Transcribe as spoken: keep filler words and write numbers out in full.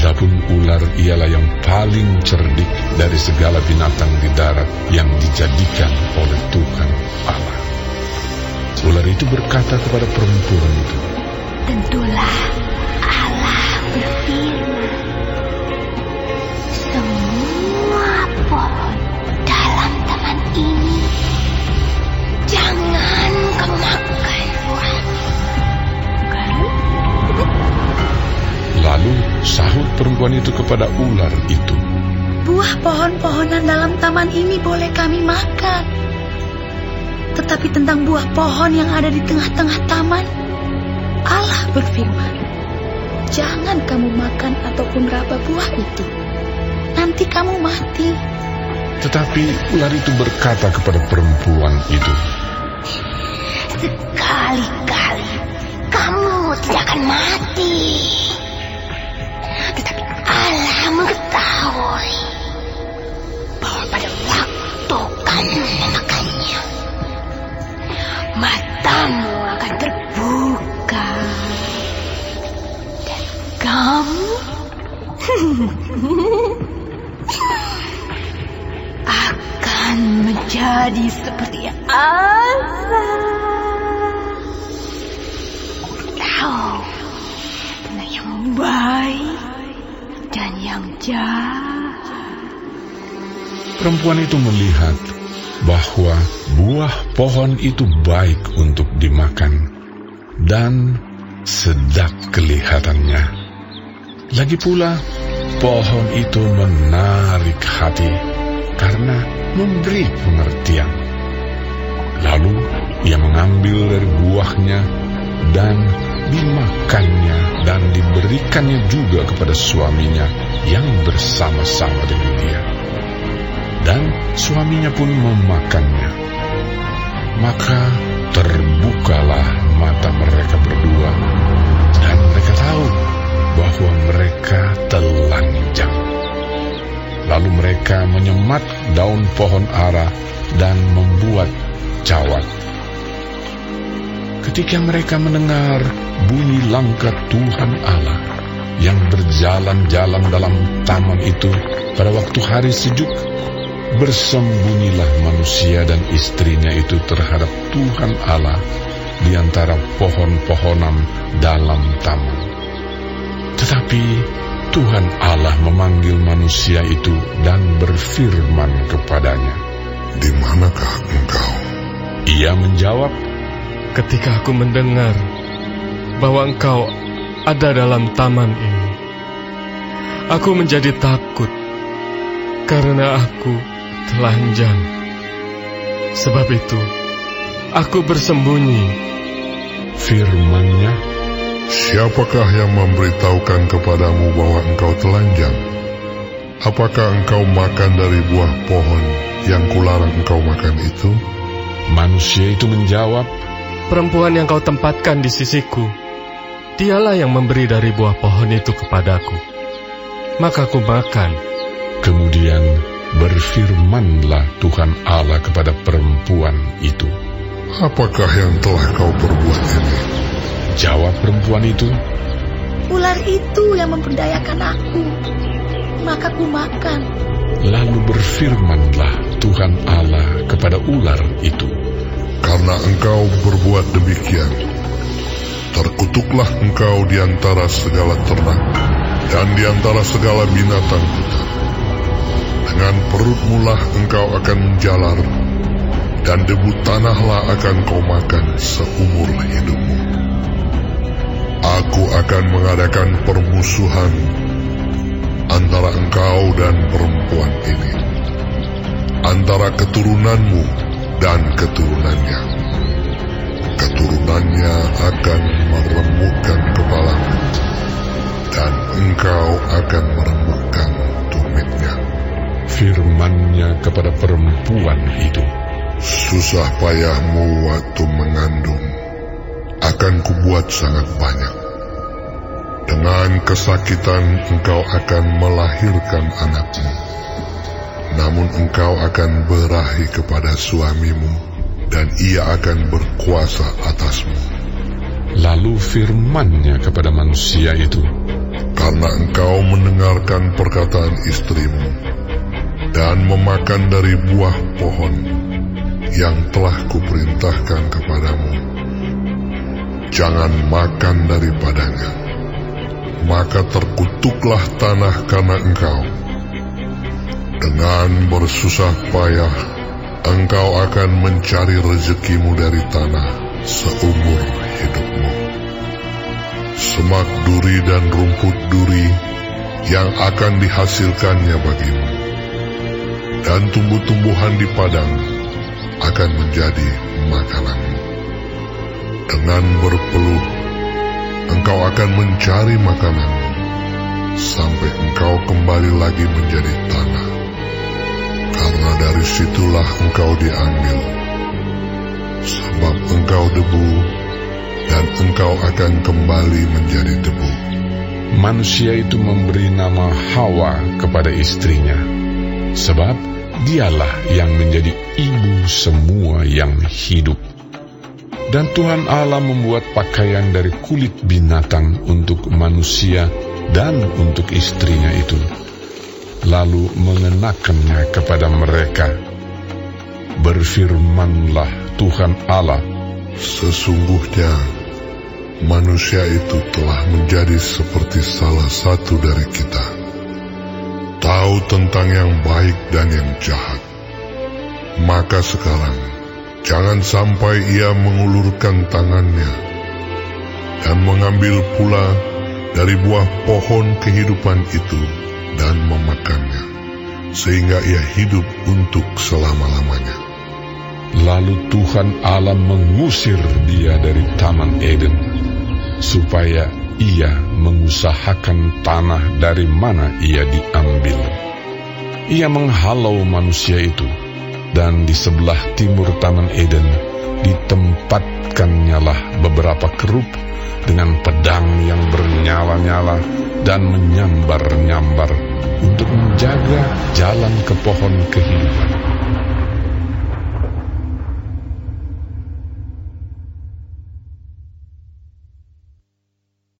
Adapun ular ialah yang paling cerdik dari segala binatang di darat yang dijadikan oleh Tuhan Allah. Ular itu berkata kepada perempuan itu, tentulah Allah berfirman, semua pohon dalam taman ini jangan kamu makan buahnya. Lalu sahut perempuan itu kepada ular itu, buah pohon-pohonan dalam taman ini boleh kami makan. Tetapi tentang buah pohon yang ada di tengah-tengah taman, Allah berfirman, jangan kamu makan ataupun raba buah itu. Nanti kamu mati. Tetapi ular itu berkata kepada perempuan itu, sekali-kali kamu tidak akan mati. Tetapi Allah mengetahui bahwa pada waktu kamu memakannya, matamu akan terbuka dan kamu akan menjadi seperti Allah. Tahu mana yang baik dan yang jahat. Perempuan itu melihat bahwa buah pohon itu baik untuk dimakan dan sedap kelihatannya. Lagi pula pohon itu menarik hati karena memberi pengertian. Lalu ia mengambil dari buahnya dan dimakannya dan diberikannya juga kepada suaminya yang bersama-sama dengan dia. Dan suaminya pun memakannya. Maka terbukalah mata mereka berdua, dan mereka tahu bahwa mereka telanjang. Lalu mereka menyemat daun pohon ara dan membuat cawat. Ketika mereka mendengar bunyi langkah Tuhan Allah yang berjalan-jalan dalam taman itu pada waktu hari sejuk, bersembunyilah manusia dan istrinya itu terhadap Tuhan Allah di antara pohon-pohonan dalam taman. Tetapi Tuhan Allah memanggil manusia itu dan berfirman kepadanya, "Di manakah engkau?" Ia menjawab, "Ketika aku mendengar bahwa engkau ada dalam taman ini, aku menjadi takut karena aku telanjang. Sebab itu, aku bersembunyi." Firman-Nya, "Siapakah yang memberitahukan kepadamu bahwa engkau telanjang? Apakah engkau makan dari buah pohon yang kularang engkau makan itu?" Manusia itu menjawab, "Perempuan yang kau tempatkan di sisiku, dialah yang memberi dari buah pohon itu kepadaku. Maka aku makan." Kemudian berfirmanlah Tuhan Allah kepada perempuan itu, "Apakah yang telah kau perbuat ini?" Jawab perempuan itu, "Ular itu yang memperdayakan aku, maka ku makan." Lalu berfirmanlah Tuhan Allah kepada ular itu, "Karena engkau berbuat demikian, terkutuklah engkau di antara segala ternak dan di antara segala binatang hutan. Dengan perutmu lah engkau akan menjalar, dan debu tanahlah akan kau makan seumur hidupmu. Aku akan mengadakan permusuhan antara engkau dan perempuan ini, antara keturunanmu dan keturunannya. Keturunannya akan meremukkan kepalamu, dan engkau akan meremukkan tumitnya." Firman-Nya kepada perempuan itu, "Susah payahmu waktu mengandung akan kubuat sangat banyak. Dengan kesakitan engkau akan melahirkan anakmu. Namun engkau akan berahi kepada suamimu, dan ia akan berkuasa atasmu." Lalu firman-Nya kepada manusia itu, karena engkau mendengarkan perkataan istrimu dan memakan dari buah pohon yang telah kuperintahkan kepadamu. Jangan makan daripadanya, maka terkutuklah tanah karena engkau. Dengan bersusah payah engkau akan mencari rezekimu dari tanah seumur hidupmu. Semak duri dan rumput duri yang akan dihasilkannya bagimu, dan tumbuh-tumbuhan di padang akan menjadi makananmu. Dengan berpeluh engkau akan mencari makananmu sampai engkau kembali lagi menjadi tanah, karena dari situlah engkau diambil. Sebab engkau debu, dan engkau akan kembali menjadi debu. Manusia itu memberi nama Hawa kepada istrinya, sebab dialah yang menjadi ibu semua yang hidup. Dan Tuhan Allah membuat pakaian dari kulit binatang untuk manusia dan untuk istrinya itu, lalu mengenakannya kepada mereka. Berfirmanlah Tuhan Allah, sesungguhnya manusia itu telah menjadi seperti salah satu dari kita, tahu tentang yang baik dan yang jahat. Maka sekarang jangan sampai ia mengulurkan tangannya dan mengambil pula dari buah pohon kehidupan itu dan memakannya, sehingga ia hidup untuk selama-lamanya. Lalu Tuhan Allah mengusir dia dari Taman Eden, supaya ia mengusahakan tanah dari mana ia diambil. Ia menghalau manusia itu, dan di sebelah timur Taman Eden ditempatkannya beberapa kerub dengan pedang yang bernyala-nyala dan menyambar-nyambar untuk menjaga jalan ke pohon kehidupan.